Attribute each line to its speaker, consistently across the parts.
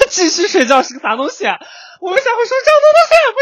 Speaker 1: 继续睡觉是个啥东西啊？我们下回说这样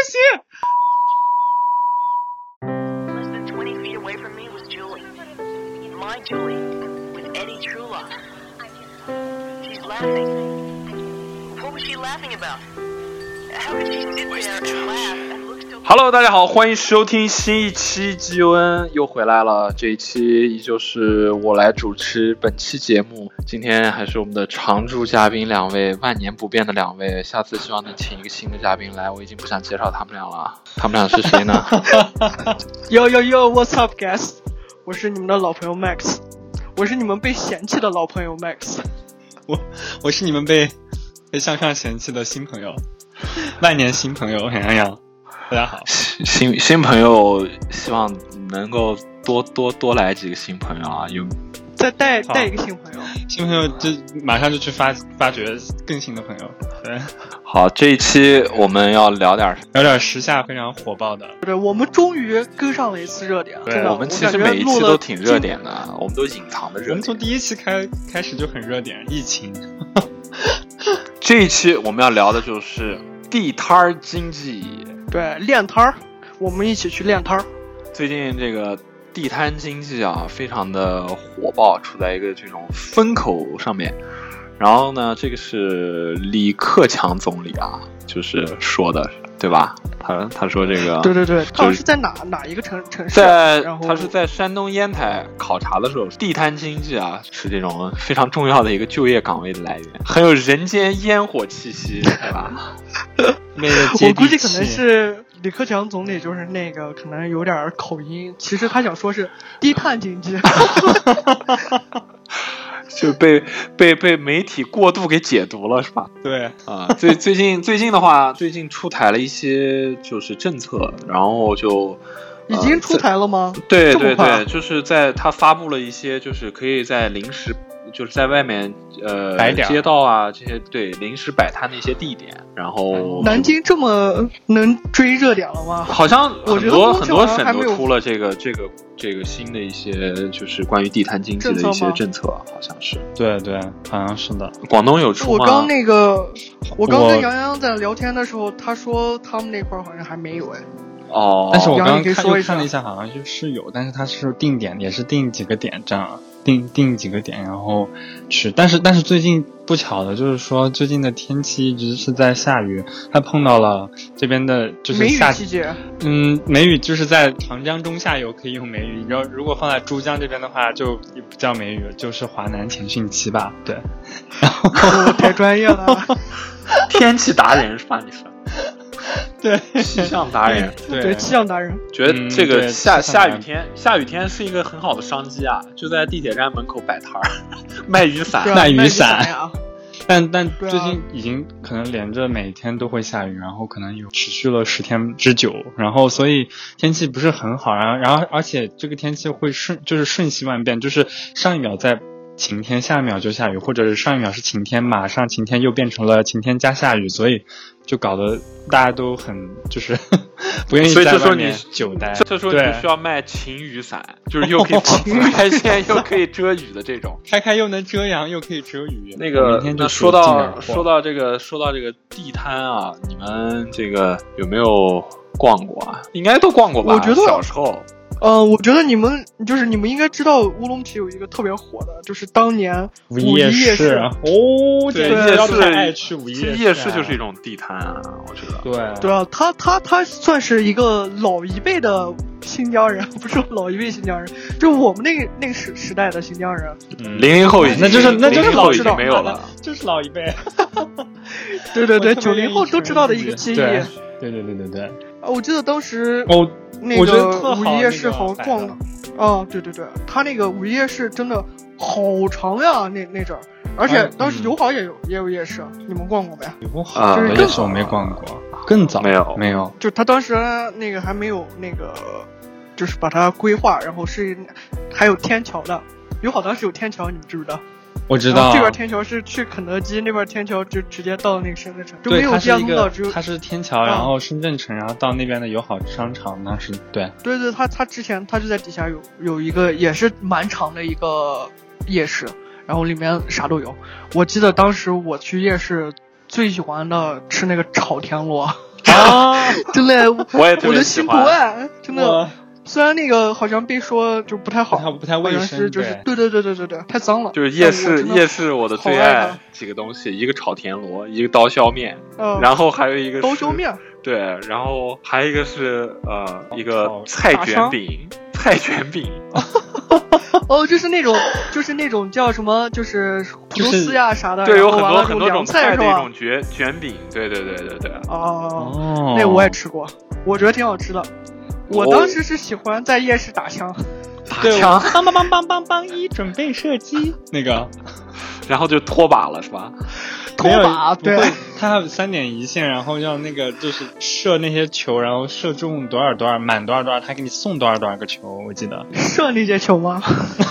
Speaker 1: 的东西也不行。
Speaker 2: Less than 20 feet away from me was Julie. My Julie, with Eddie Trula. She's laughing. What was she laughing about? How could she sit there and laugh and look so...
Speaker 3: Hello， 大家好，欢迎收听新一期 GUN 又回来了。这一期依旧是我来主持本期节目。今天还是我们的常驻嘉宾两位，万年不变的两位。下次希望能请一个新的嘉宾来，我已经不想介绍他们俩了。他们俩是谁呢
Speaker 1: Yo yo yo, what's up, guys？ 我是你们的老朋友 Max， 我是你们被嫌弃的老朋友 Max。
Speaker 4: 我是你们被向上嫌弃的新朋友，万年新朋友杨洋。大家好，
Speaker 3: 新朋友，希望能够多来几个新朋友啊！有
Speaker 1: 再带一个新朋友，
Speaker 4: 新朋友就马上就去发掘更新的朋友。对，
Speaker 3: 好，这一期我们要聊点
Speaker 4: 时下非常火爆的。
Speaker 1: 对，我们终于跟上了一次热点。
Speaker 4: 对，
Speaker 3: 我们其实每一期都挺热点的，我们都隐藏的热点。
Speaker 4: 我们从第一期开始就很热点，疫情。
Speaker 3: 这一期我们要聊的就是地摊经济。
Speaker 1: 对，练摊儿，我们一起去练摊儿。
Speaker 3: 最近这个地摊经济啊，非常的火爆，处在一个这种风口上面。然后呢，这个是李克强总理啊，就是说的，对吧？他说这个，
Speaker 1: 对，他是在哪一个城市？
Speaker 3: 他是在山东烟台考察的时候，地摊经济啊是这种非常重要的一个就业岗位的来源，很有人间烟火气息，对吧？
Speaker 1: 我估计可能是李克强总理，就是那个可能有点口音，其实他想说是低碳经济。
Speaker 3: 就被媒体过度给解读了，是吧？
Speaker 4: 对
Speaker 3: 啊，最近的话，最近出台了一些就是政策，然后就
Speaker 1: 已经出台了吗？
Speaker 3: 对，就是他发布了一些，就是可以在临时，就是在外面街道啊这些对临时摆摊的一些地点，然后
Speaker 1: 南京这么能追热点了吗？
Speaker 3: 好像很多省都出了这个新的一些就是关于地摊经济的一些政策，好像是。
Speaker 4: 对，好像是的。
Speaker 3: 广东有出吗？
Speaker 1: 我刚跟杨洋在聊天的时候，他说他们那块好像还没有哎。
Speaker 4: 哦，但是我刚刚看了一下，好像就是有，但是它是定点，也是定几个点这样。定几个点，然后去，但是最近不巧的就是说，最近的天气一直是在下雨，它碰到了这边的就是
Speaker 1: 梅雨季节。
Speaker 4: 梅雨就是在长江中下游可以用梅雨，如果放在珠江这边的话，就不叫梅雨，就是华南前汛期吧。对，然后
Speaker 1: 太专业了，
Speaker 3: 天气达人是吧？你是？
Speaker 4: 对，
Speaker 3: 气象达人，
Speaker 1: 对气象达人，
Speaker 3: 觉得这个下雨天是一个很好的商机啊！就在地铁站门口摆摊儿，卖雨伞，
Speaker 4: 卖雨伞
Speaker 1: 呀。
Speaker 4: 但最近已经可能连着每天都会下雨，然后可能有持续了10天之久，然后所以天气不是很好，然后而且这个天气会瞬息万变，就是上一秒在晴天，下一秒就下雨，或者是上一秒是晴天，马上晴天又变成了晴天加下雨，所以就搞得大家都很就是不愿意在外面久待。
Speaker 3: 这时候你需要卖晴雨伞，就是又可以防开线又可以遮雨的这种，
Speaker 4: 开又能遮阳又可以遮雨。
Speaker 3: 那说到这个地摊啊，你们这个有没有逛过啊？应该都逛过吧？
Speaker 1: 我觉得
Speaker 3: 小时候。
Speaker 1: 我觉得你们应该知道乌鲁木齐有一个特别火的，就是当年
Speaker 4: 五一夜市
Speaker 3: 哦，
Speaker 4: 对，爱去五一
Speaker 3: 夜市就是一种地摊啊，我觉
Speaker 4: 得。
Speaker 1: 对啊，他算是一个老一辈的新疆人，不是老一辈新疆人，就我们那个时代的新疆人。
Speaker 3: 00后已经，
Speaker 4: 那就是
Speaker 3: 老已经没有了，
Speaker 4: 就是老一辈。
Speaker 1: 对，90后都知道的一个记忆。
Speaker 4: 对。
Speaker 1: 我记得当时那个五一夜市好逛的。对，他那个五一夜市真的好长呀，那阵儿，而且当时友好也有夜市，你们逛过没？
Speaker 4: 友好的夜市我没逛过，更早没有。
Speaker 1: 就他当时那个还没有那个，就是把它规划，然后是还有天桥的，友好当时有天桥，你们知不知道？
Speaker 4: 我知道，
Speaker 1: 这边天桥是去肯德基，那边天桥就直接到那个深圳城，就没有这样通道，
Speaker 4: 它是天桥，然后深圳城，然后到那边的友好商场，当时对，
Speaker 1: 他之前他就在底下有一个也是蛮长的一个夜市，然后里面啥都有。我记得当时我去夜市最喜欢的吃那个炒田螺
Speaker 3: 啊，
Speaker 1: 真的，
Speaker 3: 我的
Speaker 1: 心头爱，真的。虽然那个好像被说就不太好，
Speaker 4: 不太卫生，
Speaker 1: 是就是对，太脏了。
Speaker 3: 就是夜市我的最爱几个东西，一个炒田螺，一个刀削面，然后还有一个
Speaker 1: 刀削面，
Speaker 3: 对，然后还有一个是一个菜卷饼。
Speaker 1: 哦，就是那种叫什么，就是土豆丝呀啥的，
Speaker 3: 对，有很多种
Speaker 1: 菜
Speaker 3: 的一种卷饼，对。
Speaker 1: 哦，那我也吃过，我觉得挺好吃的。我当时是喜欢在夜市打枪，
Speaker 4: 梆一准备射击那个，
Speaker 3: 然后就拖把了是吧？
Speaker 1: 拖把，对，
Speaker 4: 他3点一线，然后要那个就是射那些球，然后射中多少满多少，他给你送多少个球，我记得
Speaker 1: 射那些球吗？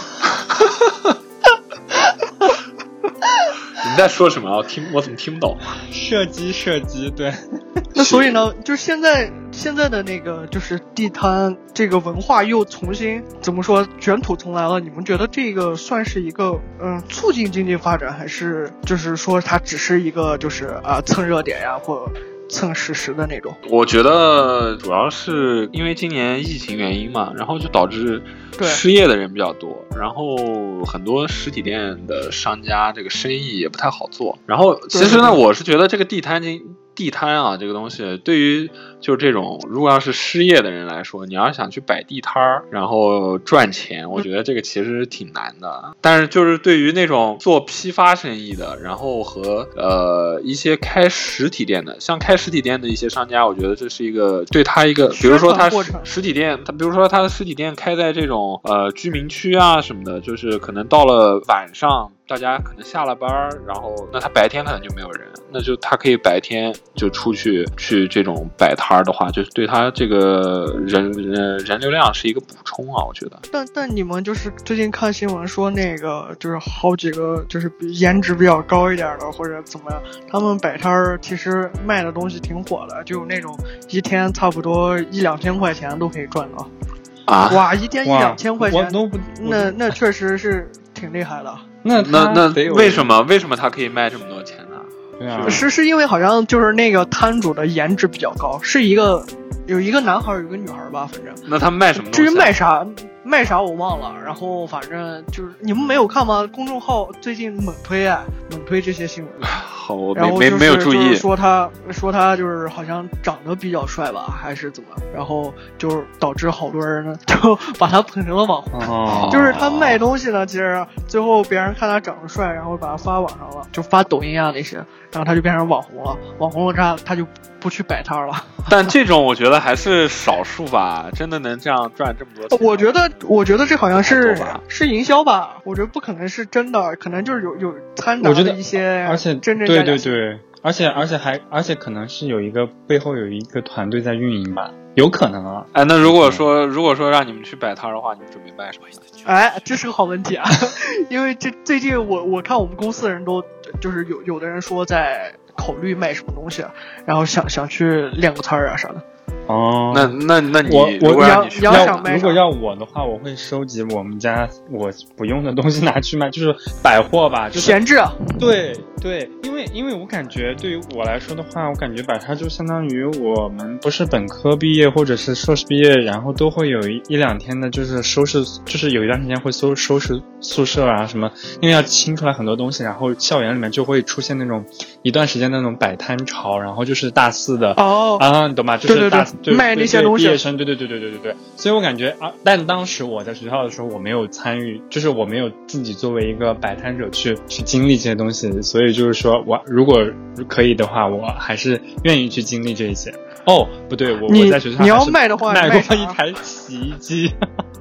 Speaker 3: 你在说什么？我怎么听不懂？
Speaker 4: 射击，对。
Speaker 1: 那所以呢，就是现在的那个就是地摊这个文化又重新怎么说卷土重来了？你们觉得这个算是一个促进经济发展，还是就是说它只是一个就是蹭热点呀或蹭实时的那种？
Speaker 3: 我觉得主要是因为今年疫情原因嘛，然后就导致失业的人比较多，然后很多实体店的商家这个生意也不太好做。然后其实呢，我是觉得这个地摊啊，这个东西对于就是这种如果要是失业的人来说，你要是想去摆地摊儿然后赚钱，我觉得这个其实挺难的。但是就是对于那种做批发生意的，然后和一些开实体店的，像开实体店的一些商家，我觉得这是一个对他一个，比如说他实体店，比如说他的实体店开在这种居民区啊什么的，就是可能到了晚上大家可能下了班，然后那他白天可能就没有人，那就他可以白天就出去这种摆摊的话，就是对他这个人流量是一个补充啊，我觉得。
Speaker 1: 但你们就是最近看新闻说那个就是好几个就是颜值比较高一点的或者怎么样，他们摆摊其实卖的东西挺火的，就有那种一天差不多1-2千块钱都可以赚到。哇，一天1-2千块钱，那确实是挺厉害的。
Speaker 3: 那为什么他可以卖这么多钱呢？
Speaker 1: 是因为好像就是那个摊主的颜值比较高，是有一个男孩有一个女孩吧，反正。
Speaker 3: 那他卖什么东西？
Speaker 1: 至于卖啥我忘了，然后反正就是你们没有看吗？公众号最近猛推这些新闻。
Speaker 3: 好，我没有注意。
Speaker 1: 就是说他就是好像长得比较帅吧，还是怎么？然后就是导致好多人呢就把他捧成了网红。就是他卖东西呢，其实最后别人看他长得帅，然后把他发网上了，就发抖音啊那些，然后他就变成网红了。网红了他就不去摆摊了。
Speaker 3: 但这种我觉得还是少数吧，真的能这样赚这么多钱。
Speaker 1: 我觉得这好像是营销吧，我觉得不可能是真的，可能就是有掺杂的一些，
Speaker 4: 而且
Speaker 1: 真
Speaker 4: 对，而且可能是背后有一个团队在运营吧，有可能啊。
Speaker 3: 哎，那如果说让你们去摆摊的话，你们准备卖什么？
Speaker 1: 哎，这是个好问题啊，因为最近我看我们公司的人都就是有的人说在考虑卖什么东西，然后想去练个摊啊啥的。
Speaker 4: 哦，
Speaker 3: 那你如果
Speaker 4: 要我的话，我会收集我们家我不用的东西拿去卖，就是百货吧，就是
Speaker 1: 闲置啊。
Speaker 4: 对，因为我感觉对于我来说的话，我感觉摆摊就相当于我们不是本科毕业或者是硕士毕业，然后都会有1-2天的，就是收拾，就是有一段时间会收拾宿舍啊什么，因为要清出来很多东西，然后校园里面就会出现那种一段时间那种摆摊潮，然后就是大四的你懂吗？就是大四
Speaker 1: 对卖那些东西，
Speaker 4: 毕业生，对，所以我感觉但当时我在学校的时候，我没有参与，就是我没有自己作为一个摆摊者去经历这些东西，所以就是说我如果可以的话，我还是愿意去经历这一些。哦，不对，我在学校
Speaker 1: 你要卖的话，
Speaker 4: 卖过一台洗衣机。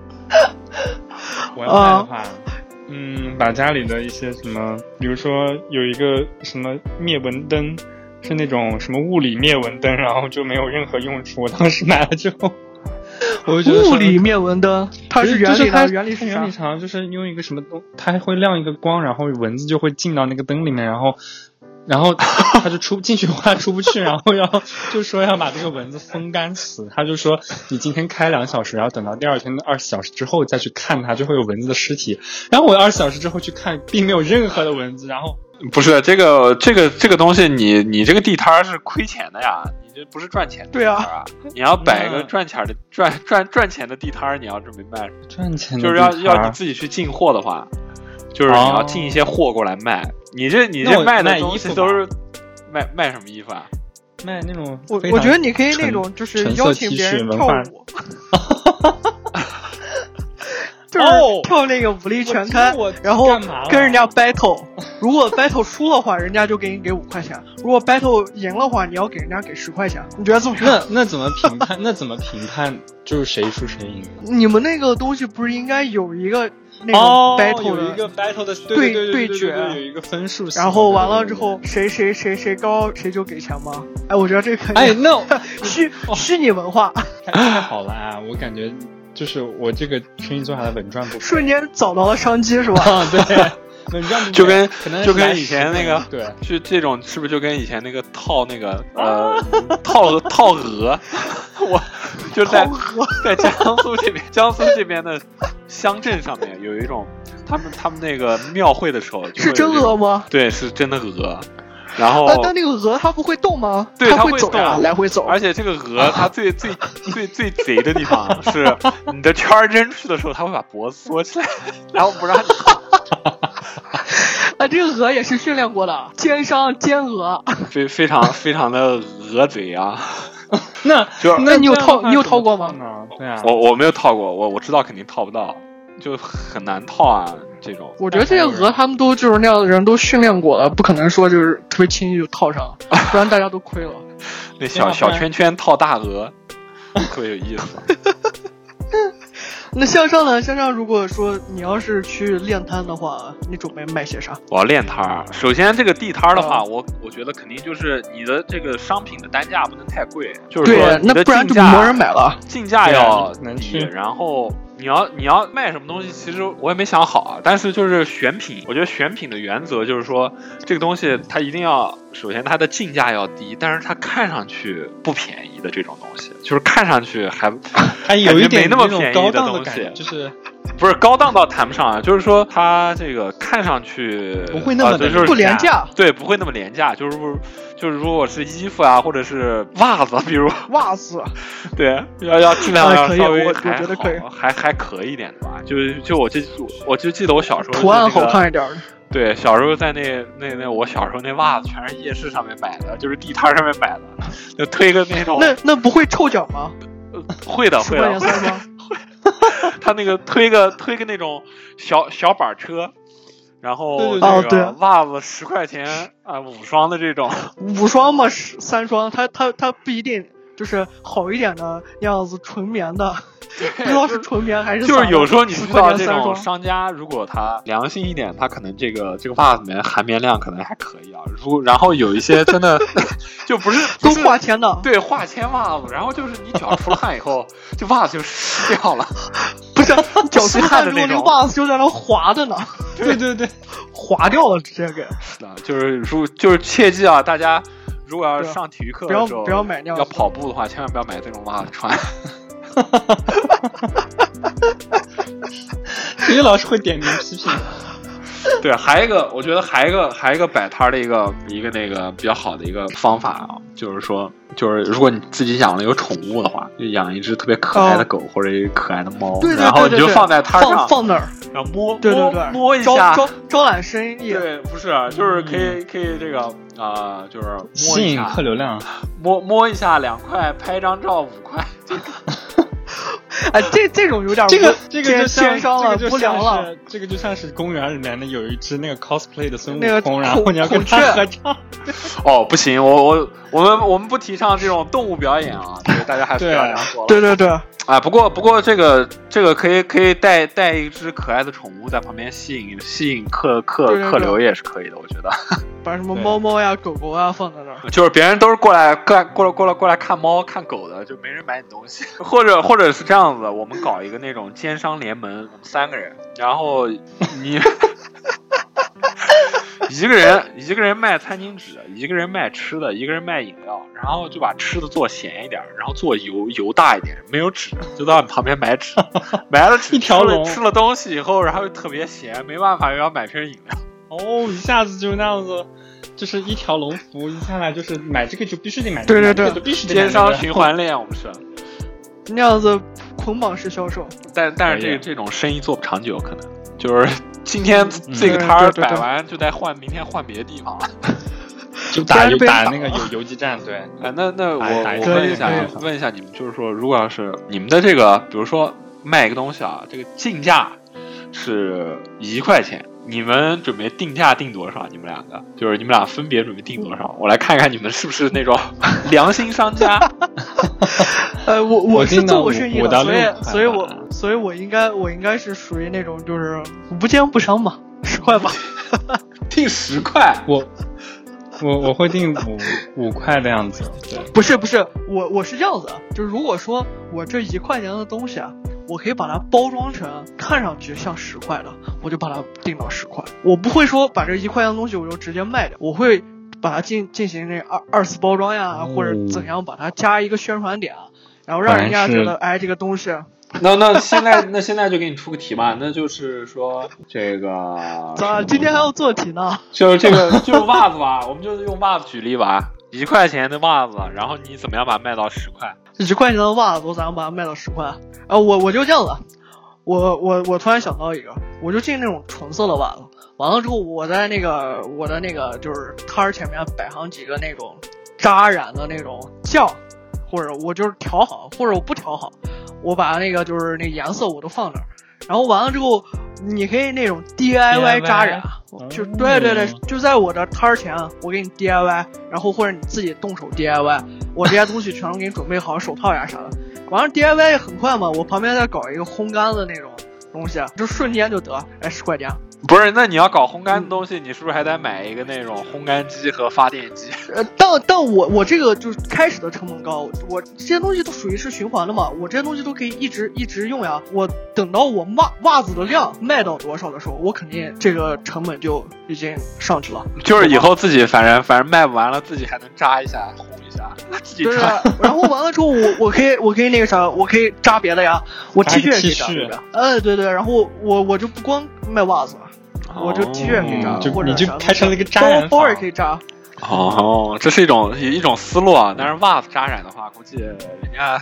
Speaker 4: 我要卖的话，把家里的一些什么，比如说有一个什么灭蚊灯。是那种什么物理灭蚊灯，然后就没有任何用处。我当时买了之后，我就觉得
Speaker 1: 物理灭蚊灯，它是原理呢？原理是啥？
Speaker 4: 原理上就是用一个什么东，它会亮一个光，然后蚊子就会进到那个灯里面，然后然后他就进去话出不去，然后就说要把这个蚊子风干死。他就说你今天开2小时，然后等到第二天的20小时之后再去看它，就会有蚊子的尸体。然后我20小时之后去看，并没有任何的蚊子。然后
Speaker 3: 不是这个东西，你这个地摊是亏钱的呀，你这不是赚钱的地摊啊。你要摆个赚钱的地摊，你要这么卖，
Speaker 4: 赚钱的
Speaker 3: 就是要你自己去进货的话。就是你要进一些货过来卖，你这卖的东西都是卖什么衣服啊？
Speaker 4: 卖那种
Speaker 1: 我觉得你可以那种就是邀请别人跳舞，就是跳那个武力全开，然后跟人家 battle， 如果 battle 输的话，人家就给你给5块钱；如果 battle 赢的话，你要给人家给10块钱。你觉得怎么样？
Speaker 4: 那怎么评判？那怎么评判就是谁输谁赢？
Speaker 1: 你们那个东西不是应该有一个？那种 battle
Speaker 4: 有一个 battle 的
Speaker 1: 对决，
Speaker 4: 有一个分数，
Speaker 1: 然后完了之后谁高谁就给钱吗？哎，我觉得这个虚拟文化
Speaker 4: 太好了啊！我感觉就是我这个生意做下来稳赚不赔，
Speaker 1: 瞬间找到了商机是吧？
Speaker 4: 对，稳赚不赔。
Speaker 3: 就跟以前那个
Speaker 4: 对，
Speaker 3: 是这种是不是就跟以前那个套那个套鹅？我就在江苏这边的乡镇上面有一种，他们那个庙会的时候
Speaker 1: 是真鹅吗？
Speaker 3: 对，是真的鹅。然后
Speaker 1: 但那个鹅它不会动吗？
Speaker 3: 对，它
Speaker 1: 会走呀，来回走。
Speaker 3: 而且这个鹅它最贼的地方是，你的圈扔出去的时候，它会把脖子缩起来，然后不让你跑。
Speaker 1: 啊，这个鹅也是训练过的，奸商奸鹅，
Speaker 3: 非常的鹅贼啊。
Speaker 1: 那你有套过吗？
Speaker 4: 对啊，
Speaker 3: 我没有套过，我知道肯定套不到，就很难套啊。这种
Speaker 1: 我觉得这些鹅他们都就是那样的人都训练过了，不可能说就是特别轻易就套上，不然大家都亏了。
Speaker 3: 那小圈圈套大鹅，特别有意思。
Speaker 1: 那向上如果说你要是去练摊的话，你准备卖些啥？
Speaker 3: 我要练摊。首先这个地摊的话，我觉得肯定就是你的这个商品的单价不能太贵，就是说你的
Speaker 1: 不然就没人买了，
Speaker 3: 进价要低，然后你要卖什么东西，其实我也没想好啊。但是就是选品，我觉得选品的原则就是说，这个东西它一定要，首先它的进价要低，但是它看上去不便宜的这种东西，就是看上去还
Speaker 4: 有一点
Speaker 3: 没那么便宜的东西，
Speaker 4: 就是
Speaker 3: 不是高档倒谈不上啊，就是说它这个看上去
Speaker 4: 不会那么
Speaker 3: 就是
Speaker 1: 不廉价，
Speaker 3: 对，不会那么廉价，就是如果是衣服啊，或者是袜子，比如
Speaker 1: 袜子，
Speaker 3: 对，要质量要稍微
Speaker 1: 我觉得可以，
Speaker 3: 还可以一点的吧。就我就记得我小时候
Speaker 1: 图案好看一点的。
Speaker 3: 对，小时候在那我小时候那袜子全是夜市上面买的，就是地摊上面买的，就推个那种。
Speaker 1: 那不会臭脚吗？
Speaker 3: 会的。他那个推个那种小板车。然后那个袜子10块钱啊，5双的这种
Speaker 1: ，5双嘛，3双，它不一定就是好一点的样子，纯棉的，不知道是纯棉还是
Speaker 3: 就是有时候你知道这种商家，如果他良心一点，他可能这个袜子里面含棉量可能还可以啊。然后有一些真的就不是
Speaker 1: 都化纤的，
Speaker 3: 对，化纤袜子，然后就是你脚出汗以后，这袜子就湿掉了。
Speaker 1: 不是脚出汗之后，那袜子就在那滑着呢。
Speaker 4: 对，
Speaker 1: 滑掉了，直接给。
Speaker 3: 是的，就是切记啊，大家如果要是上体育课的时候，
Speaker 1: 不要买那样，
Speaker 3: 要跑步的话，千万不要买这种袜子穿。
Speaker 4: 体育老师会点名批评。
Speaker 3: 对，我觉得还有一个摆摊的一个那个比较好的一个方法啊，就是说，如果你自己养了有宠物的话，就养一只特别可爱的狗或者一个可爱的猫，然后你就放在摊上，
Speaker 1: 放那儿，
Speaker 3: 然后摸一
Speaker 1: 下，招揽生意。
Speaker 3: 对，不是，就是可以这个就是
Speaker 4: 吸引客流量，
Speaker 3: 摸一下2块，拍一张照5块。
Speaker 1: 哎，这种有点
Speaker 4: 这个就
Speaker 1: 奸商了，不良了。
Speaker 4: 这个就像是公园里面的有一只那个 cosplay 的孙悟
Speaker 1: 空，
Speaker 4: 然后你要跟他合唱。
Speaker 3: 哦，不行，我们不提倡这种动物表演啊，对，大家还是不要这样做了。
Speaker 1: 对。
Speaker 3: 啊，不过这个可以带一只可爱的宠物在旁边吸引客流也是可以的，我觉得。
Speaker 1: 把什么猫猫呀、狗狗啊放在那儿，
Speaker 3: 就是别人都是过来看猫看狗的，就没人买你东西。或者是这样子，我们搞一个那种奸商联盟，我们3个人，然后你一个人卖餐巾纸，一个人卖吃的，一个人卖饮料，然后就把吃的做咸一点，然后做油大一点，没有纸就到你旁边买纸，买了纸
Speaker 4: 一条龙
Speaker 3: 吃了东西以后，然后又特别咸，没办法又要买瓶饮料。
Speaker 4: 哦，一下子就那样子，就是一条龙服务，一下来就是买这个就必须得买这个，
Speaker 1: 对，
Speaker 4: 就必须得买
Speaker 3: 电商循环链，我们是
Speaker 1: 那样子捆绑式销售。
Speaker 3: 但是这种生意做不长久，可能就是今天这个摊摆完就得换，明天换别的地方了。
Speaker 4: 就打那个游击战，对。
Speaker 3: 那我问一下你们，就是说，如果要是你们的这个，比如说卖一个东西啊，这个进价是1块钱，你们准备定价定多少？你们两个就是你们俩分别准备定多少？我来看看你们是不是那种良心商家。
Speaker 1: 我是做生意的，所以我应该是属于那种就是无奸不商嘛，10块吧。
Speaker 3: 定10块，
Speaker 4: 我会定5块的样子。对，
Speaker 1: 不是，我是这样子，就是如果说我这1块钱的东西啊，我可以把它包装成看上去像10块的，我就把它定到10块。我不会说把这1块钱的东西我就直接卖掉，我会把它进行那二次包装呀，或者怎样把它加一个宣传点，然后让人家觉得哎这个东西。
Speaker 3: 那现在就给你出个题吧，那就是说这个
Speaker 1: 今天还要做题呢？
Speaker 3: 就是这个就是袜子吧，我们就是用袜子举例吧，1块钱的袜子，然后你怎么样把它卖到10块
Speaker 1: ？1块钱的袜子我怎样把它卖到10块？我就这样子，我突然想到一个，我就进那种纯色的袜子，完了之后我的那个就是摊儿前面摆上几个那种扎染的那种酱，或者我就是调好，或者我不调好，我把那个就是那颜色我都放那儿，然后完了之后你可以那种 DIY 扎染，就对，就在我的摊儿前我给你 DIY， 然后或者你自己动手 DIY， 我这些东西全都给你准备好，手套呀啥的，完了 DIY 也很快嘛，我旁边再搞一个烘干的那种东西，就瞬间就得10块钱。
Speaker 3: 不是，那你要搞烘干的东西，你是不是还得买一个那种烘干机和发电机？
Speaker 1: 但我这个就是开始的成本高，我这些东西都属于是循环的嘛，我这些东西都可以一直用呀。我等到我袜子的量卖到多少的时候，我肯定这个成本就已经上去了。
Speaker 3: 就是以后自己反正卖不完了，自己还能扎一下烘一下，自己扎。
Speaker 1: 然后完了之后，我可以那个啥，我可以扎别的呀，我 T 恤也可以扎别的。对，然后我就不光卖袜子了。我就 T 恤可以扎，或者
Speaker 4: 你就开成了一个扎染
Speaker 1: 包也可以扎。
Speaker 3: 哦，这是一种思路啊。但是袜子扎染的话，估计人家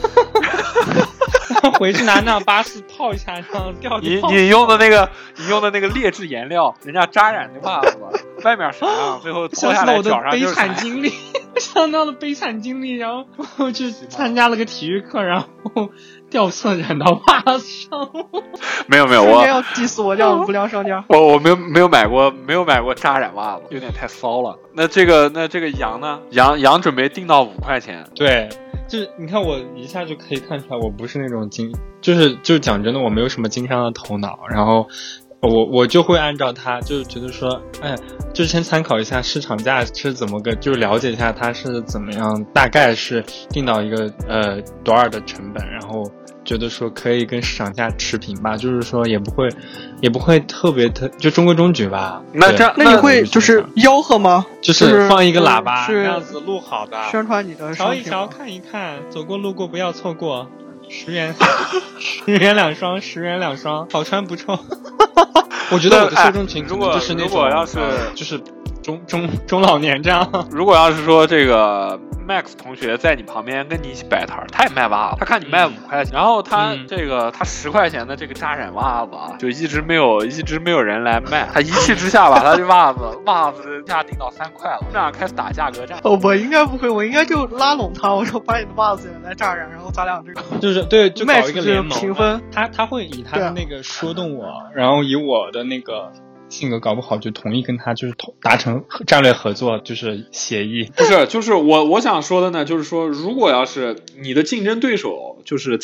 Speaker 4: 回去拿那巴斯泡一下，然后掉。
Speaker 3: 你用的那个劣质颜料，人家扎染的袜子外面啥样，最后脱下来脚上就是
Speaker 4: 悲惨经历。想到了悲惨经历，然后我去参加了个体育课，然后掉色染到袜子上。
Speaker 3: 没有，
Speaker 1: 我要diss死我这样无良商家。
Speaker 3: 我没有买过扎染袜子，有点太骚了。那这个羊呢？羊准备定到5块钱。
Speaker 4: 对，就是你看我一下就可以看出来，我不是那种就是讲真的，我没有什么经商的头脑，然后。我就会按照它，就是觉得说，就先参考一下市场价是怎么个，就是了解一下它是怎么样，大概是定到一个多少的成本，然后觉得说可以跟市场价持平吧，就是说也不会特别就中规中矩吧。
Speaker 3: 那
Speaker 1: 你会就是吆喝吗？
Speaker 4: 就是放一个喇叭，这样子录好的，
Speaker 1: 宣传你的商品。
Speaker 4: 瞧一瞧，看一看，走过路过不要错过，10元2双，10元2双，好穿不臭。我觉得我的受众群就是那种，如果要是就是中老年这样。
Speaker 3: 如果要是说这个 Max 同学在你旁边跟你一起摆摊，他也卖袜子，他看你卖5块钱，然后他10块钱的这个扎染袜子就一直没有人来卖，他一气之下把他这袜子价定到3块了，这样开始打价格战。
Speaker 1: 我应该不会，我应该就拉拢他，我说把你的袜子也来扎染，然后咱俩这个
Speaker 4: 就是对，就搞一个联盟
Speaker 1: 平分。
Speaker 4: 他会以他的那个说动我，然后以我的那个性格搞不好就同意跟他就是达成战略合作，就是协议。
Speaker 3: 不是，就是我想说的呢，就是说如果要是你的竞争对手就是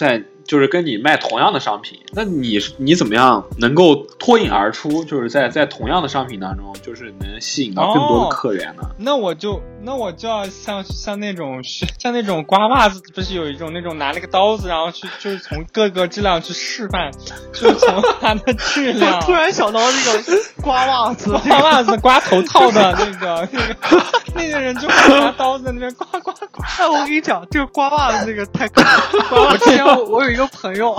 Speaker 3: 就是跟你卖同样的商品，那你怎么样能够脱颖而出？就是在同样的商品当中，就是能吸引到更多的客源呢？
Speaker 4: 那我就要像那种刮袜子，不是有一种那种拿那个刀子，然后就是从各个质量去示范，就是从它的质量。
Speaker 1: 突然想到那个刮袜子
Speaker 4: 刮头套的那个人就会拿刀子在那边刮。
Speaker 1: 哎，我跟你讲，这个刮袜子这个太可怕了。之前我有一个朋友，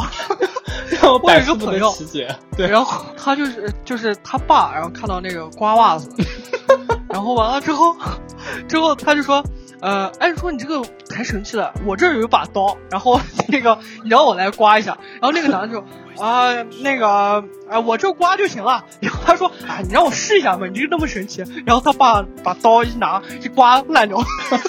Speaker 4: 对，
Speaker 1: 然后他就是他爸，然后看到那个刮袜子，然后完了之后他就说，哎，说你这个太神奇了，我这儿有一把刀，然后那个你让我来刮一下，然后那个男的就我这刮就行了，然后他说，你让我试一下嘛，你这个那么神奇，然后他爸把刀一拿一刮烂掉，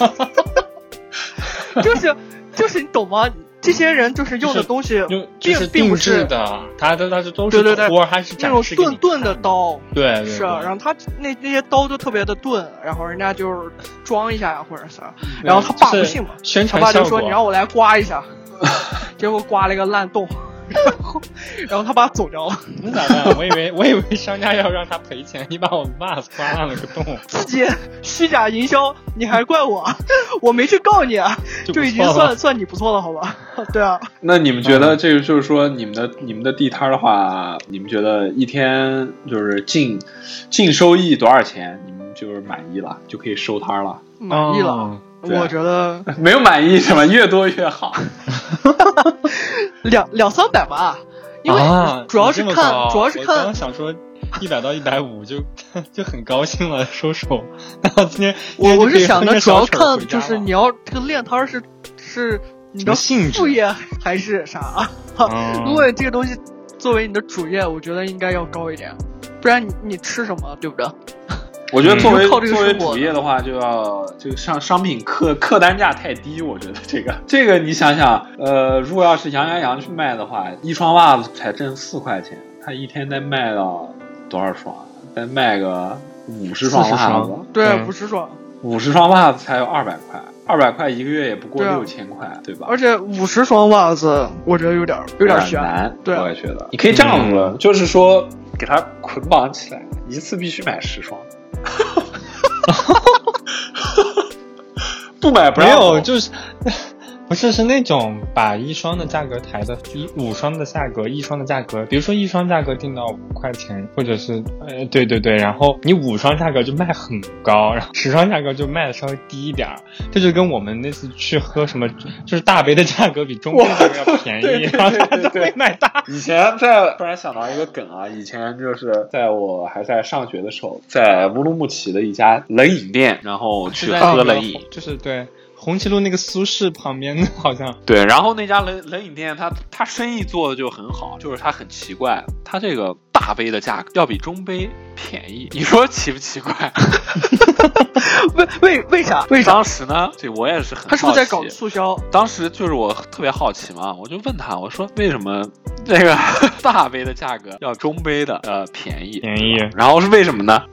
Speaker 1: 就是你懂吗？这些人就是用的东西并不是
Speaker 4: 的，他都是托，还是
Speaker 1: 那种钝的刀，
Speaker 4: 对，
Speaker 1: 是，然后他那些刀都特别的钝，然后人家就是装一下呀或者啥，然后他爸不信嘛，他爸就说你让我来刮一下，结果刮了一个烂洞。然后他爸走掉了。
Speaker 4: 那咋办？我以为商家要让他赔钱，你把我袜子刮烂了个洞，
Speaker 1: 自己虚假营销，你还怪我？我没去告你啊，就已经算你不错了，好吧？对啊。
Speaker 3: 那你们觉得这个就是说你们的地摊的话，你们觉得一天就是净收益多少钱？你们就是满意了，就可以收摊了？
Speaker 1: 满意了。我觉得
Speaker 3: 没有满意是吧？越多越好。
Speaker 1: 200-300吧，因为主要是看。
Speaker 4: 我刚想说100到150就很高兴了，收手。然后今天
Speaker 1: 我是想的，主要看就是你要这个练摊是你的副业还是啥？如果这个东西作为你的主业，我觉得应该要高一点，不然你吃什么，对不对？
Speaker 3: 我觉得作为主业的话，就要这个商品客单价太低。我觉得这个你想想，如果要是杨去卖的话，一双袜子才挣4块钱，他一天得卖到多少双？再卖个50双袜子，
Speaker 1: 对，50双
Speaker 3: ，50双袜子才有200块，200块一个月也不过6000块，对吧？
Speaker 1: 而且50双袜子，我觉得有点
Speaker 3: 难，
Speaker 1: 对，
Speaker 3: 我也觉得。你可以这样子，就是说给它捆绑起来，一次必须买10双。不买不让
Speaker 4: 没有，就是不是那种把1双的价格抬的5双的价格，1双的价格，比如说1双价格定到5块钱，或者是对，然后你5双价格就卖很高，然后10双价格就卖的稍微低一点，这就跟我们那次去喝什么，就是大杯的价格比中杯价格要便宜，然后大家都会买大。
Speaker 3: 以前突然想到一个梗啊，以前就是在我还在上学的时候，在乌鲁木齐的一家冷饮店，然后去喝冷饮，
Speaker 4: 就是对。红旗路那个苏式旁边好像
Speaker 3: 对，然后那家冷饮店它生意做的就很好，就是它很奇怪，它这个大杯的价格要比中杯便宜，你说奇不奇怪？
Speaker 1: 为啥？
Speaker 3: 当时呢，这我也是很好奇，
Speaker 1: 他是不是在搞促销？
Speaker 3: 当时就是我特别好奇嘛，我就问他，我说为什么这个大杯的价格要中杯的便宜？然后是为什么呢？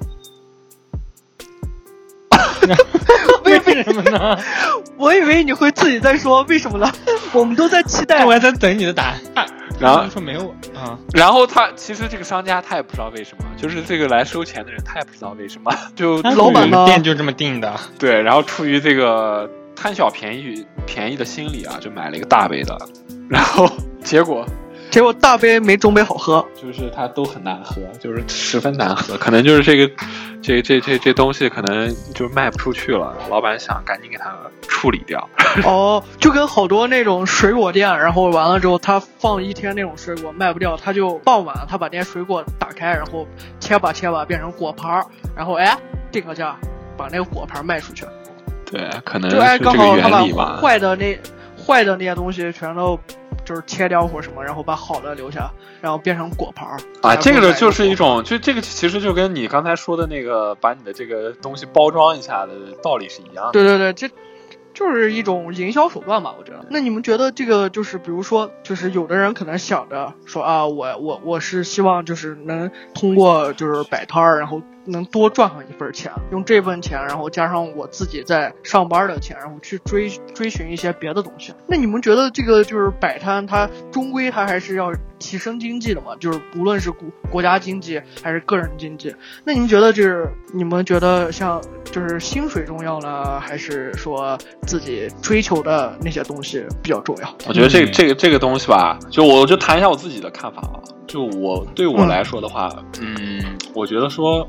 Speaker 4: 为什么呢？
Speaker 1: 我以为你会自己在说为什么呢？我们都在期待，
Speaker 4: 我还在等你的答案。
Speaker 3: 然后
Speaker 4: 说没有啊，
Speaker 3: 然后其实这个商家他也不知道为什么，就是这个来收钱的人他也不知道为什么，就
Speaker 1: 老板呢
Speaker 4: 店就这么定的。
Speaker 3: 对，然后出于这个贪小便宜的心理啊，就买了一个大杯的，然后结果
Speaker 1: 大杯没中杯好喝，
Speaker 3: 就是它都很难喝，就是十分难喝，可能就是这东西可能就卖不出去了，老板想赶紧给它处理掉。
Speaker 1: 哦，就跟好多那种水果店，然后完了之后他放一天那种水果卖不掉，他就傍晚他把那些水果打开，然后切吧变成果盘，然后定个价把那个果盘卖出去。
Speaker 3: 对，可能是这个原理吧。
Speaker 1: 坏的那些东西全都就是切掉或什么，然后把好的留下，然后变成果盘
Speaker 3: 啊。这个就是一种，就这个其实就跟你刚才说的那个把你的这个东西包装一下的道理是一样的。
Speaker 1: 对，这就是一种营销手段吧，我觉得。那你们觉得这个就是比如说，就是有的人可能想着说啊，我是希望就是能通过就是摆摊儿，然后能多赚上一份钱，用这份钱然后加上我自己在上班的钱，然后去追寻一些别的东西。那你们觉得这个就是摆摊，它终归它还是要提升经济的嘛，就是无论是国家经济还是个人经济。那你们觉得你们觉得像就是薪水重要呢，还是说自己追求的那些东西比较重要？
Speaker 3: 我觉得这个东西吧，我就谈一下我自己的看法啊。就对我来说的话，我觉得说，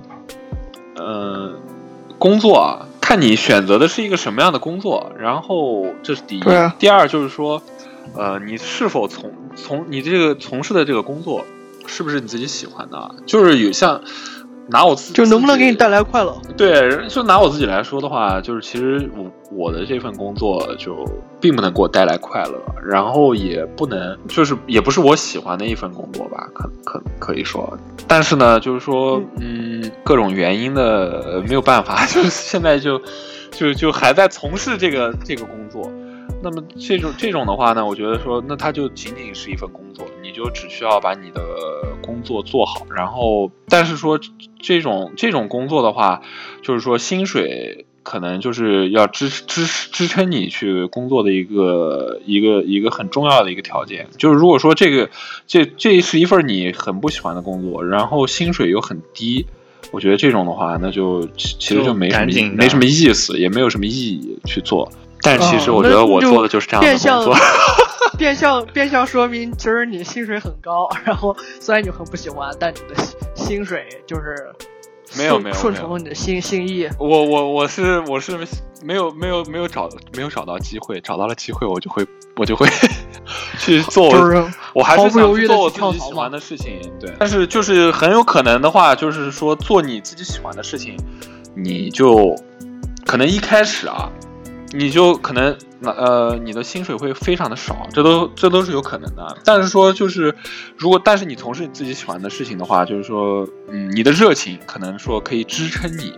Speaker 3: 工作啊，看你选择的是一个什么样的工作，然后这是第一。第二就是说，你是否从你这个从事的这个工作是不是你自己喜欢的？就是有像拿我自己，
Speaker 1: 就能不能给你带来快乐？
Speaker 3: 对，就拿我自己来说的话，就是其实我的这份工作就并不能给我带来快乐，然后也不能，就是也不是我喜欢的一份工作吧，可以说。但是呢，就是说，各种原因的没有办法，就是现在就还在从事这个工作。那么这种的话呢，我觉得说，那它就仅仅是一份工作，你就只需要把你的工作做好。然后，但是说这种工作的话，就是说薪水可能就是要支撑你去工作的一个很重要的一个条件。就是如果说这是一份你很不喜欢的工作，然后薪水又很低，我觉得这种的话，那就其实就没什么意思，也没有什么意义去做。但其实我觉得我做的就是这样的工作，
Speaker 1: 变相说明其实你薪水很高，然后虽然你很不喜欢，但你的薪水就是
Speaker 3: 没有
Speaker 1: 顺从了你的心意。
Speaker 3: 我是没有找到机会，找到了机会我就会去做，
Speaker 1: 就是
Speaker 3: 我还是想去做我自己喜欢的事情。对，但是就是很有可能的话，就是说做你自己喜欢的事情，你就可能一开始啊。你就可能你的薪水会非常的少，这都是有可能的。但是说就是但是你从事你自己喜欢的事情的话，就是说你的热情可能说可以支撑你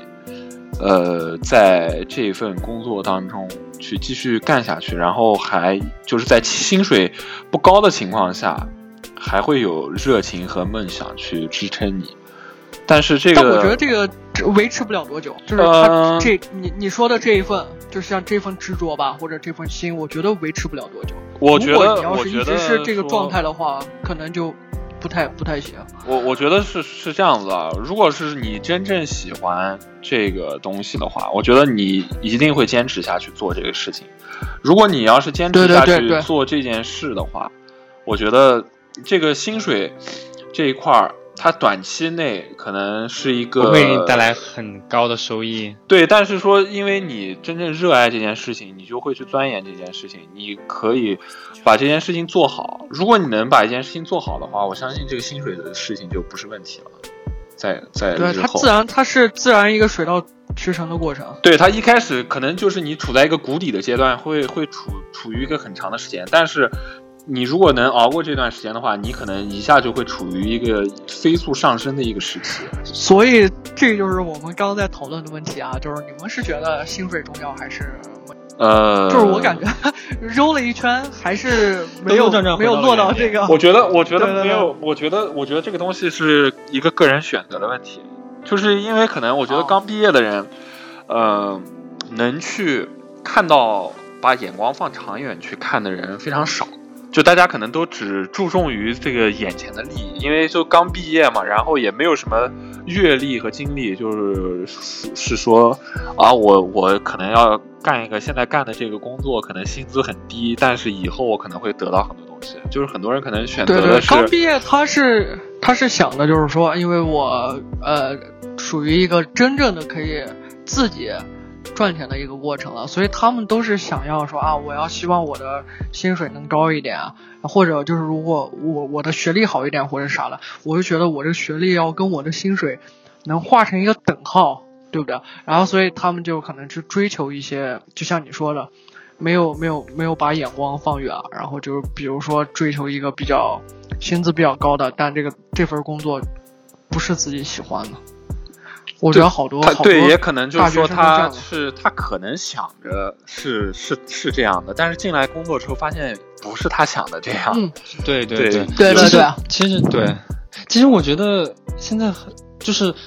Speaker 3: 在这份工作当中去继续干下去，然后还就是在薪水不高的情况下还会有热情和梦想去支撑你。但是但
Speaker 1: 我觉得这个维持不了多久，就是他你说的这一份，就是像这份执着吧，或者这份心，我觉得维持不了多久。
Speaker 3: 我觉得
Speaker 1: 如果你要是一直是这个状态的话，可能就不太行。
Speaker 3: 我觉得是这样子啊，如果是你真正喜欢这个东西的话，我觉得你一定会坚持下去做这个事情。如果你要是坚持下去做这件事的话，我觉得这个薪水这一块它短期内可能是一个
Speaker 4: 不会给你带来很高的收益。
Speaker 3: 对，但是说因为你真正热爱这件事情，你就会去钻研这件事情，你可以把这件事情做好。如果你能把一件事情做好的话，我相信这个薪水的事情就不是问题了。在
Speaker 1: 对它是自然一个水到渠成的过程。
Speaker 3: 对，它一开始可能就是你处在一个谷底的阶段，会处于一个很长的时间，但是你如果能熬过这段时间的话，你可能一下就会处于一个飞速上升的一个时期。
Speaker 1: 所以这就是我们刚刚在讨论的问题啊，就是你们是觉得薪水重要还是？就是我感觉揉了一圈还是没有落到这个。
Speaker 3: 我觉得没有，我觉得这个东西是一个个人选择的问题，就是因为可能我觉得刚毕业的人，能去看到把眼光放长远去看的人非常少。就大家可能都只注重于这个眼前的利益，因为就刚毕业嘛，然后也没有什么阅历和经历，就是说啊，我可能要干一个现在干的这个工作，可能薪资很低，但是以后我可能会得到很多东西。就是很多人可能选择的是
Speaker 1: 刚毕业，他是想的就是说，因为我属于一个真正的可以自己赚钱的一个过程了，所以他们都是想要说啊，我要希望我的薪水能高一点啊，或者就是如果我的学历好一点或者啥了，我就觉得我这学历要跟我的薪水能画成一个等号，对不对？然后所以他们就可能去追求一些，就像你说的，没有把眼光放远，然后就是比如说追求一个比较薪资比较高的，但这份工作不是自己喜欢的。我觉得好多
Speaker 3: 对，也可能就是说他可能想着是这样的，但是进来工作之后发现不是他想的这样。
Speaker 4: 对，
Speaker 1: 其实
Speaker 4: 我觉得现在就是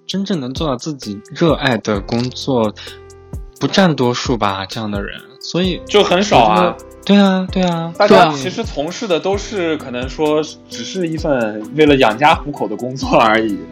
Speaker 4: 真正能做到自己热爱的工作不占多数吧，这样的人，所以
Speaker 3: 就很少啊。
Speaker 4: 对啊，
Speaker 3: 大家其实从事的都是可能说只是一份为了养家糊口的工作而已。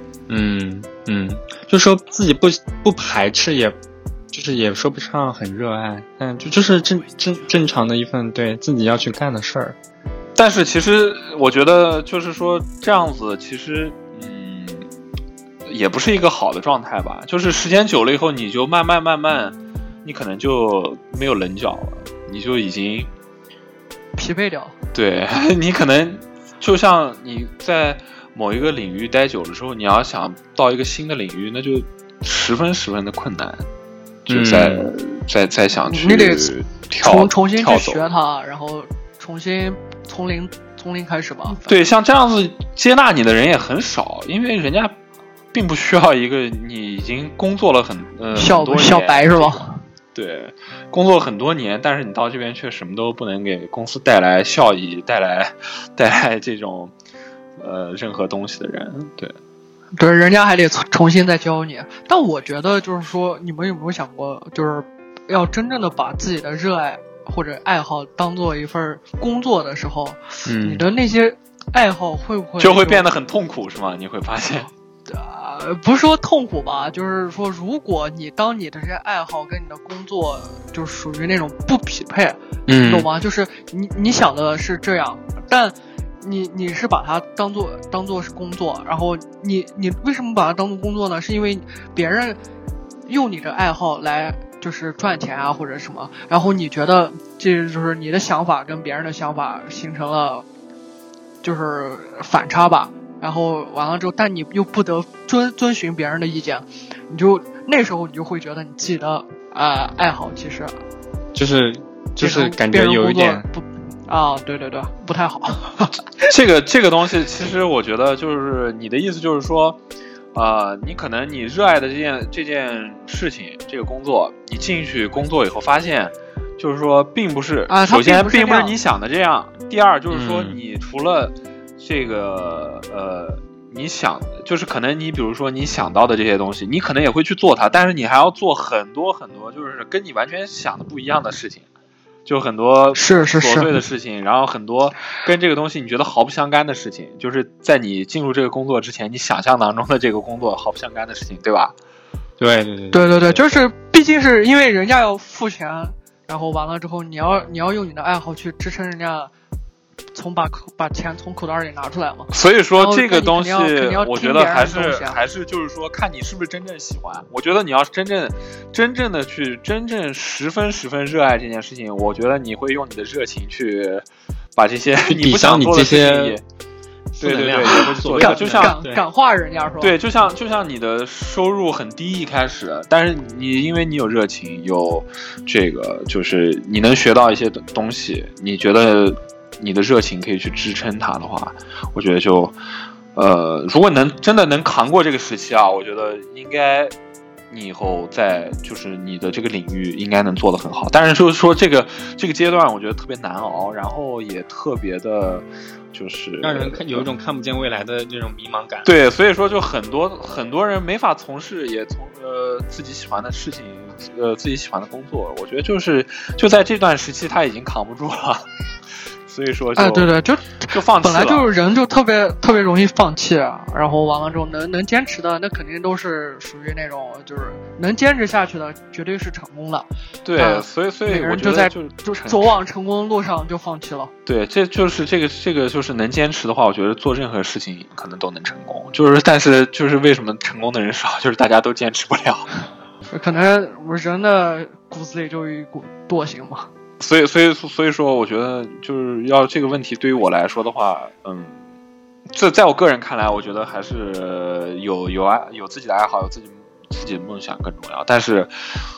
Speaker 4: 就说自己不排斥，也说不上很热爱，但就是正常的一份对自己要去干的事儿。
Speaker 3: 但是其实我觉得就是说这样子其实也不是一个好的状态吧，就是时间久了以后你就慢慢你可能就没有棱角了，你就已经
Speaker 1: 疲惫掉。对，
Speaker 3: 你可能就像你在某一个领域待久了之后，你要想到一个新的领域，那就十分的困难，就再想去
Speaker 1: 你得重新去
Speaker 3: 学
Speaker 1: 它，然后重新从零开始吧。
Speaker 3: 对，像这样子接纳你的人也很少，因为人家并不需要一个你已经工作了很多年
Speaker 1: 小白是吧？
Speaker 3: 对，工作很多年，但是你到这边却什么都不能给公司带来效益，带来这种任何东西的人，
Speaker 1: 对，人家还得重新再教你。但我觉得就是说，你们有没有想过，就是要真正的把自己的热爱或者爱好当做一份工作的时候，你的那些爱好会不会
Speaker 3: 就会变得很痛苦，是吗？你会发现。
Speaker 1: 不是说痛苦吧，就是说，如果当你的这些爱好跟你的工作就是属于那种不匹配，懂吗？就是你想的是这样，但你是把它当做是工作，然后你为什么把它当做工作呢？是因为别人用你的爱好来就是赚钱啊或者什么，然后你觉得这就是你的想法跟别人的想法形成了就是反差吧。然后完了之后，但你又不得遵循别人的意见，那时候你就会觉得你自己的爱好其实
Speaker 4: 就是感觉有一点
Speaker 1: 对，不太好。
Speaker 3: 这个东西，其实我觉得就是你的意思就是说，你可能你热爱的这件事情，这个工作，你进去工作以后发现，就是说并不是，首先并不是你想的这样，第二就是说你除了这个你想就是可能你比如说你想到的这些东西，你可能也会去做它，但是你还要做很多就是跟你完全想的不一样的事情，就很多琐碎的事情，然后很多跟这个东西你觉得毫不相干的事情，就是在你进入这个工作之前，你想象当中的这个工作毫不相干的事情，对吧？
Speaker 4: 对，
Speaker 1: 就是毕竟是因为人家要付钱，然后完了之后你要用你的爱好去支撑人家。把钱从口袋里拿出来嘛，
Speaker 3: 所以说这个东西，我觉得还是就是说，看你是不是真正喜欢。我觉得你要是真正的去十分热爱这件事情，我觉得你会用你的热情去把这些你不想做的事情，对，也会去做。就像
Speaker 1: 感化人家是吧？
Speaker 3: 对，就像你的收入很低一开始，但是因为你有热情，有这个就是你能学到一些东西，你觉得。你的热情可以去支撑它的话，我觉得就，如果真的能扛过这个时期啊，我觉得应该你以后在就是你的这个领域应该能做得很好。但是就是说这个阶段，我觉得特别难熬，然后也特别的，就是
Speaker 4: 让人有一种看不见未来的这种迷茫感。
Speaker 3: 对，所以说就很多人没法从事自己喜欢的事情，自己喜欢的工作。我觉得就在这段时期他已经扛不住了。所以说
Speaker 1: 对，
Speaker 3: 就放弃了。
Speaker 1: 本来就是人就特别容易放弃，然后完了之后能坚持的，那肯定都是属于那种就是能坚持下去的，绝对是成功的。
Speaker 3: 对，所以我觉得
Speaker 1: 就走往成功路上就放弃了。
Speaker 3: 对，这就是这个就是能坚持的话，我觉得做任何事情可能都能成功。但是为什么成功的人少？就是大家都坚持不了。
Speaker 1: 可能人的骨子里就有一股惰性嘛。
Speaker 3: 所以说，我觉得就是要这个问题对于我来说的话，这在我个人看来，我觉得还是有自己的爱好，有自己的梦想更重要。但是，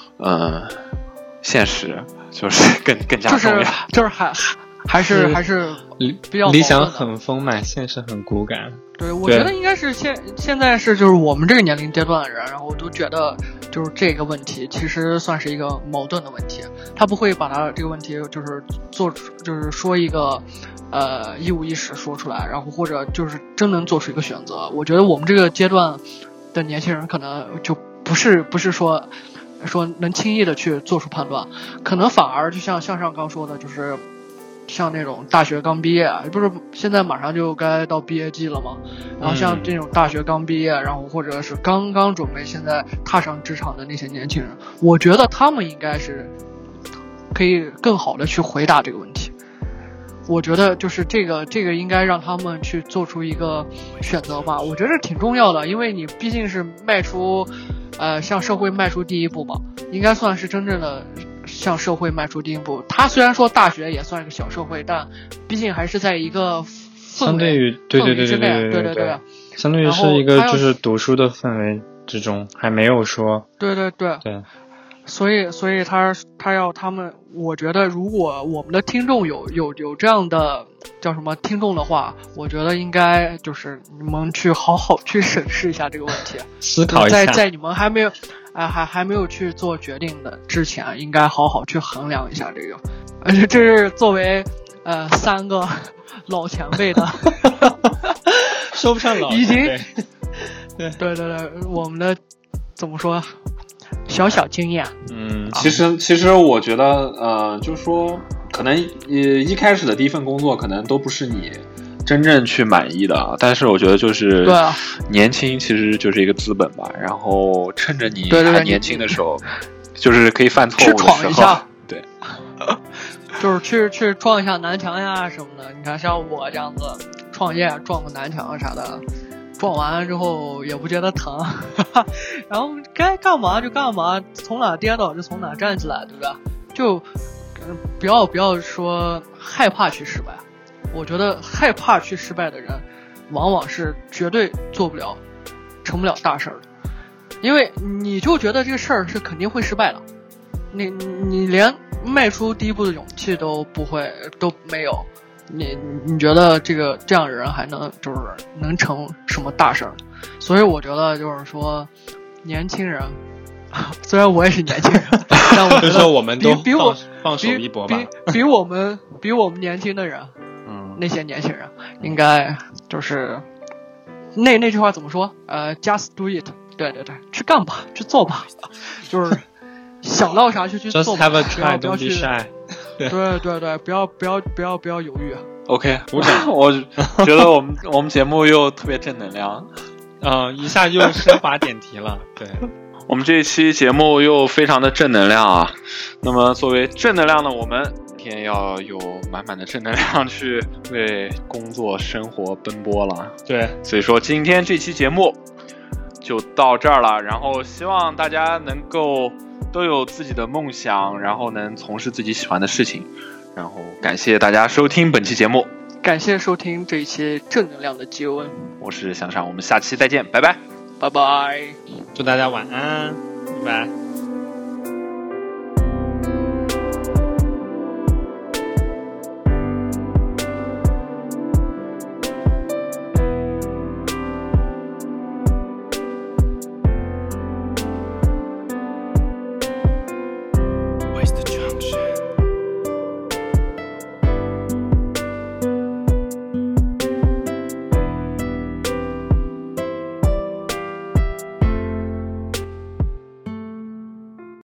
Speaker 3: 现实就是更加重要，
Speaker 1: 就是还是比较
Speaker 4: 理想很丰满，现实很骨感。
Speaker 1: 对，我觉得应该是现在是就是我们这个年龄阶段的人，然后都觉得就是这个问题其实算是一个矛盾的问题，他不会把他这个问题就是说一个一五一十说出来，然后或者就是真能做出一个选择。我觉得我们这个阶段的年轻人可能就不是说能轻易的去做出判断，可能反而就像向上刚说的，就是像那种大学刚毕业，不是现在马上就该到毕业季了吗？然后像这种大学刚毕业，然后或者是刚刚准备现在踏上职场的那些年轻人，我觉得他们应该是可以更好的去回答这个问题。我觉得就是这个应该让他们去做出一个选择吧，我觉得挺重要的，因为你毕竟是迈出向社会迈出第一步吧，应该算是真正的向社会迈出第一步。他虽然说大学也算是个小社会，但毕竟还是在一个
Speaker 4: 相对于对，相对于是一个就是读书的氛围之中，还没有说
Speaker 1: 对。所以他要他们，我觉得如果我们的听众有这样的叫什么听众的话，我觉得应该就是你们去好好去审视一下这个问题，
Speaker 4: 思考一下，
Speaker 1: 在你们还没有还没有去做决定的之前，应该好好去衡量一下这个。而且这是作为3个老前辈的
Speaker 4: 说不上老
Speaker 1: 已经
Speaker 4: 对，
Speaker 1: 我们的怎么说小经验。
Speaker 3: 其实我觉得就是说可能一开始的第一份工作可能都不是你真正去满意的，但是我觉得就是年轻其实就是一个资本吧，然后趁着你还年轻的时候，就是可以犯错误的时候
Speaker 1: 去闯一下，
Speaker 3: 对，
Speaker 1: 就是去撞一下南墙呀什么的。你看像我这样子创业撞个南墙啥的，撞完之后也不觉得疼然后该干嘛就干嘛，从哪跌倒就从哪站起来，对不对？就不要说害怕去失败。我觉得害怕去失败的人往往是绝对做不了成不了大事儿的，因为你就觉得这个事儿是肯定会失败的，你连迈出第一步的勇气都没有，你觉得这样的人还能就是能成什么大事儿？所以我觉得就是说年轻人虽然我也是年轻人但我觉得
Speaker 4: 我们都放手一搏吧，
Speaker 1: 比我们年轻的人那些年轻人应该就是那句话怎么说just do it， 对，去干吧，去做吧，就是想到啥就去做吧，
Speaker 4: Just have a try, don't be shy。
Speaker 1: 对，不要犹豫。
Speaker 3: OK， 鼓掌我觉得我们节目又特别正能量
Speaker 4: 一下又升华点题了。对，
Speaker 3: 我们这一期节目又非常的正能量啊。那么作为正能量的我们今天要有满满的正能量去为工作生活奔波了。
Speaker 4: 对，
Speaker 3: 所以说今天这期节目就到这儿了，然后希望大家能够都有自己的梦想，然后能从事自己喜欢的事情。然后感谢大家收听本期节目，
Speaker 1: 感谢收听这一期正能量的吉恩，
Speaker 3: 我是向上，我们下期再见，拜拜，
Speaker 1: 拜拜，
Speaker 4: 祝大家晚安，拜拜。